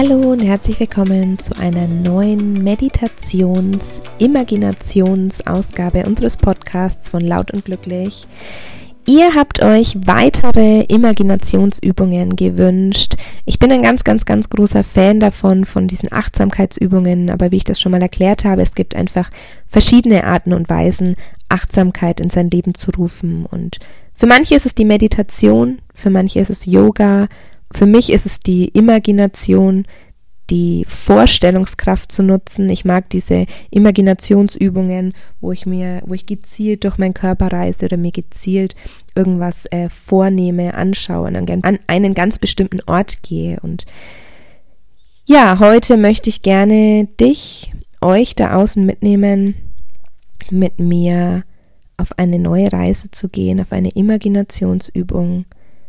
Hallo und herzlich willkommen zu einer neuen Meditations-Imaginations-Ausgabe unseres Podcasts von Laut und Glücklich. Ihr habt euch weitere Imaginationsübungen gewünscht. Ich bin ein ganz großer Fan davon, von diesen Achtsamkeitsübungen, aber wie ich das schon mal erklärt habe, es gibt einfach verschiedene Arten und Weisen, Achtsamkeit in sein Leben zu rufen. Und für manche ist es die Meditation, für manche ist es Yoga, für mich ist es die Imagination, die Vorstellungskraft zu nutzen. Ich mag diese Imaginationsübungen, wo ich gezielt durch meinen Körper reise oder mir gezielt irgendwas vornehme, anschaue und an einen ganz bestimmten Ort gehe. Und ja, heute möchte ich gerne euch da außen mitnehmen, mit mir auf eine neue Reise zu gehen, auf eine Imaginationsübung.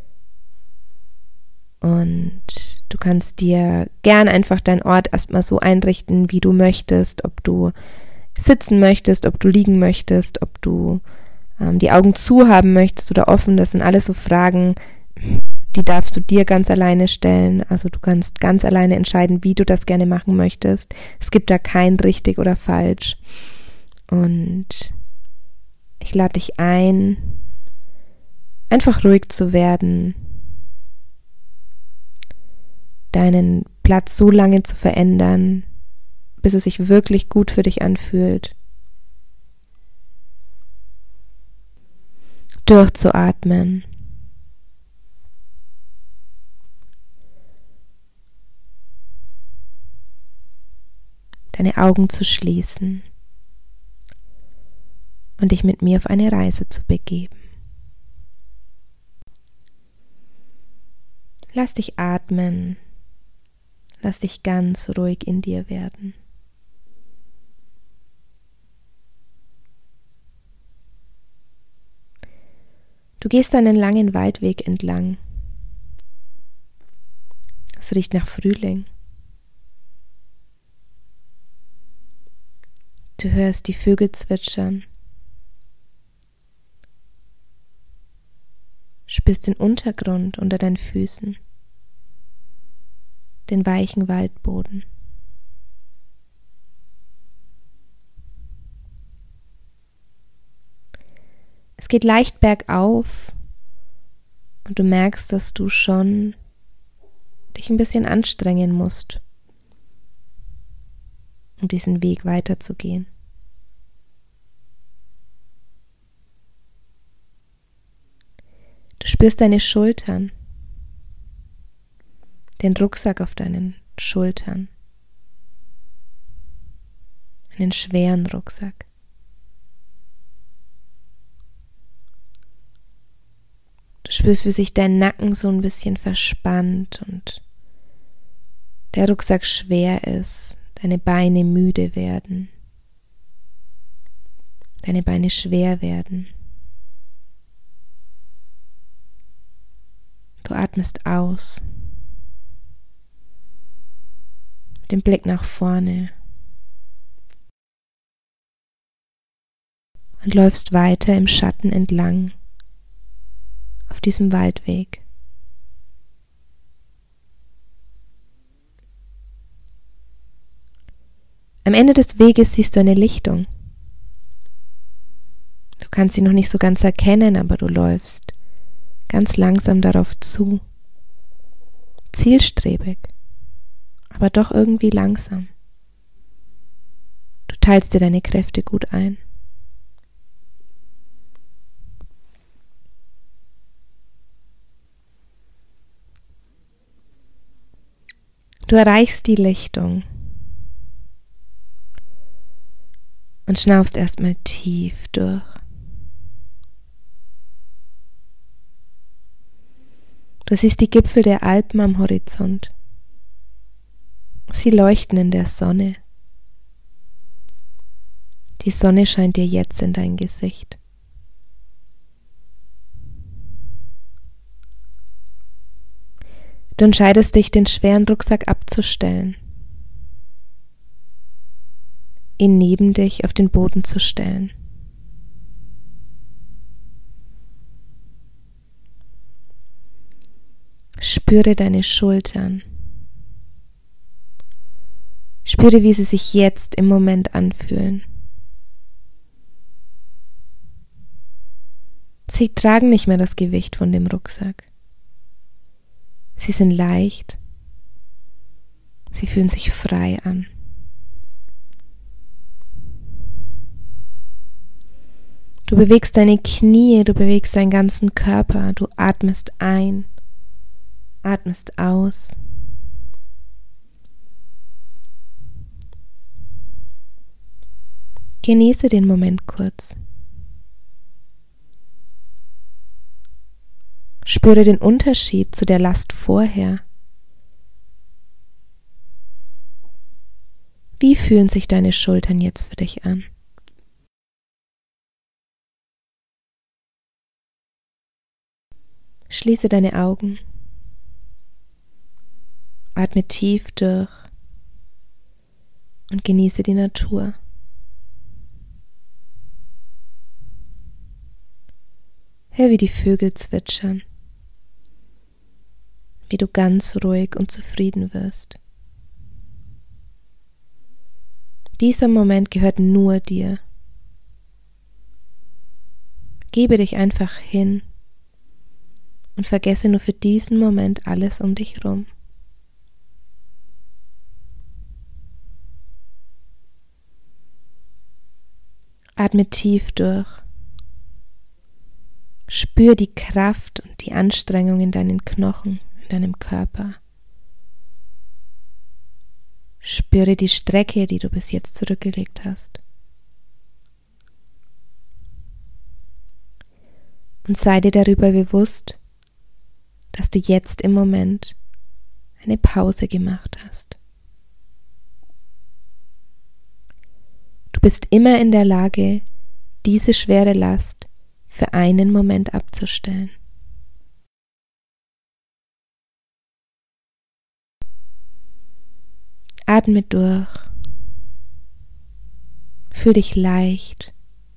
Und du kannst dir gern einfach deinen Ort erstmal so einrichten, wie du möchtest, ob du sitzen möchtest, ob du liegen möchtest, ob du die Augen zu haben möchtest oder offen. Das sind alles so Fragen, die darfst du dir ganz alleine stellen. Also du kannst ganz alleine entscheiden, wie du das gerne machen möchtest. Es gibt da kein richtig oder falsch. Und ich lade dich ein, einfach ruhig zu werden, deinen Platz so lange zu verändern, bis es sich wirklich gut für dich anfühlt. Durchzuatmen. Deine Augen zu schließen und dich mit mir auf eine Reise zu begeben. Lass dich atmen. Lass dich ganz ruhig in dir werden. Du gehst einen langen Waldweg entlang. Es riecht nach Frühling. Du hörst die Vögel zwitschern. Spürst den Untergrund unter deinen Füßen. Den weichen Waldboden. Es geht leicht bergauf und du merkst, dass du schon dich ein bisschen anstrengen musst, um diesen Weg weiterzugehen. Du spürst deine Schultern. Den Rucksack auf deinen Schultern. Einen schweren Rucksack. Du spürst, wie sich dein Nacken so ein bisschen verspannt und der Rucksack schwer ist, deine Beine müde werden, deine Beine schwer werden. Du atmest aus. Den Blick nach vorne und läufst weiter im Schatten entlang auf diesem Waldweg. Am Ende des Weges siehst du eine Lichtung. Du kannst sie noch nicht so ganz erkennen, aber du läufst ganz langsam darauf zu, zielstrebig. Aber doch irgendwie langsam. Du teilst dir deine Kräfte gut ein. Du erreichst die Lichtung und schnaufst erstmal tief durch. Du siehst die Gipfel der Alpen am Horizont. Sie leuchten in der Sonne. Die Sonne scheint dir jetzt in dein Gesicht. Du entscheidest dich, den schweren Rucksack abzustellen, ihn neben dich auf den Boden zu stellen. Spüre deine Schultern. Spüre, wie sie sich jetzt im Moment anfühlen. Sie tragen nicht mehr das Gewicht von dem Rucksack. Sie sind leicht. Sie fühlen sich frei an. Du bewegst deine Knie, du bewegst deinen ganzen Körper, du atmest ein, atmest aus. Genieße den Moment kurz. Spüre den Unterschied zu der Last vorher. Wie fühlen sich deine Schultern jetzt für dich an? Schließe deine Augen. Atme tief durch und genieße die Natur. Hör, wie die Vögel zwitschern, wie du ganz ruhig und zufrieden wirst. Dieser Moment gehört nur dir. Gebe dich einfach hin und vergesse nur für diesen Moment alles um dich rum. Atme tief durch. Spür die Kraft und die Anstrengung in deinen Knochen, in deinem Körper. Spüre die Strecke, die du bis jetzt zurückgelegt hast. Und sei dir darüber bewusst, dass du jetzt im Moment eine Pause gemacht hast. Du bist immer in der Lage, diese schwere Last für einen Moment abzustellen. Atme durch. Fühl dich leicht.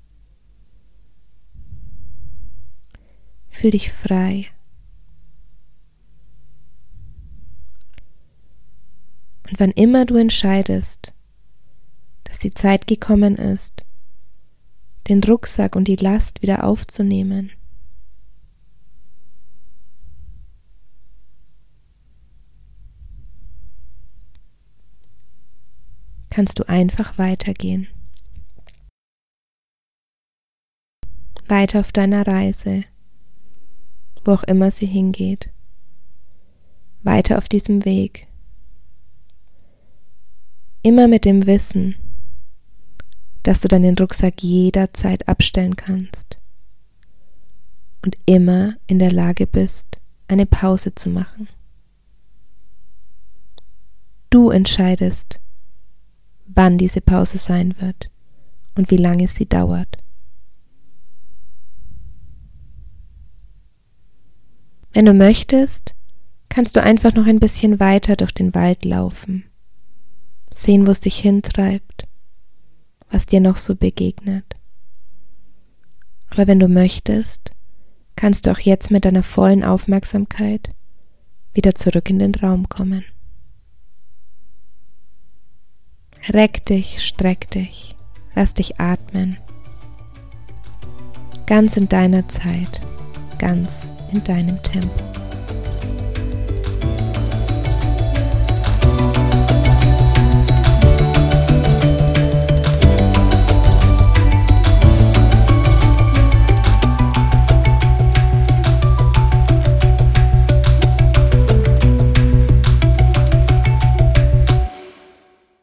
Fühl dich frei. Und wann immer du entscheidest, dass die Zeit gekommen ist, den Rucksack und die Last wieder aufzunehmen, kannst du einfach weitergehen. Weiter auf deiner Reise, wo auch immer sie hingeht. Weiter auf diesem Weg. Immer mit dem Wissen, dass du deinen Rucksack jederzeit abstellen kannst und immer in der Lage bist, eine Pause zu machen. Du entscheidest, wann diese Pause sein wird und wie lange sie dauert. Wenn du möchtest, kannst du einfach noch ein bisschen weiter durch den Wald laufen, sehen, wo es dich hintreibt, was dir noch so begegnet. Aber wenn du möchtest, kannst du auch jetzt mit deiner vollen Aufmerksamkeit wieder zurück in den Raum kommen. Reck dich, streck dich, lass dich atmen. Ganz in deiner Zeit, ganz in deinem Tempo.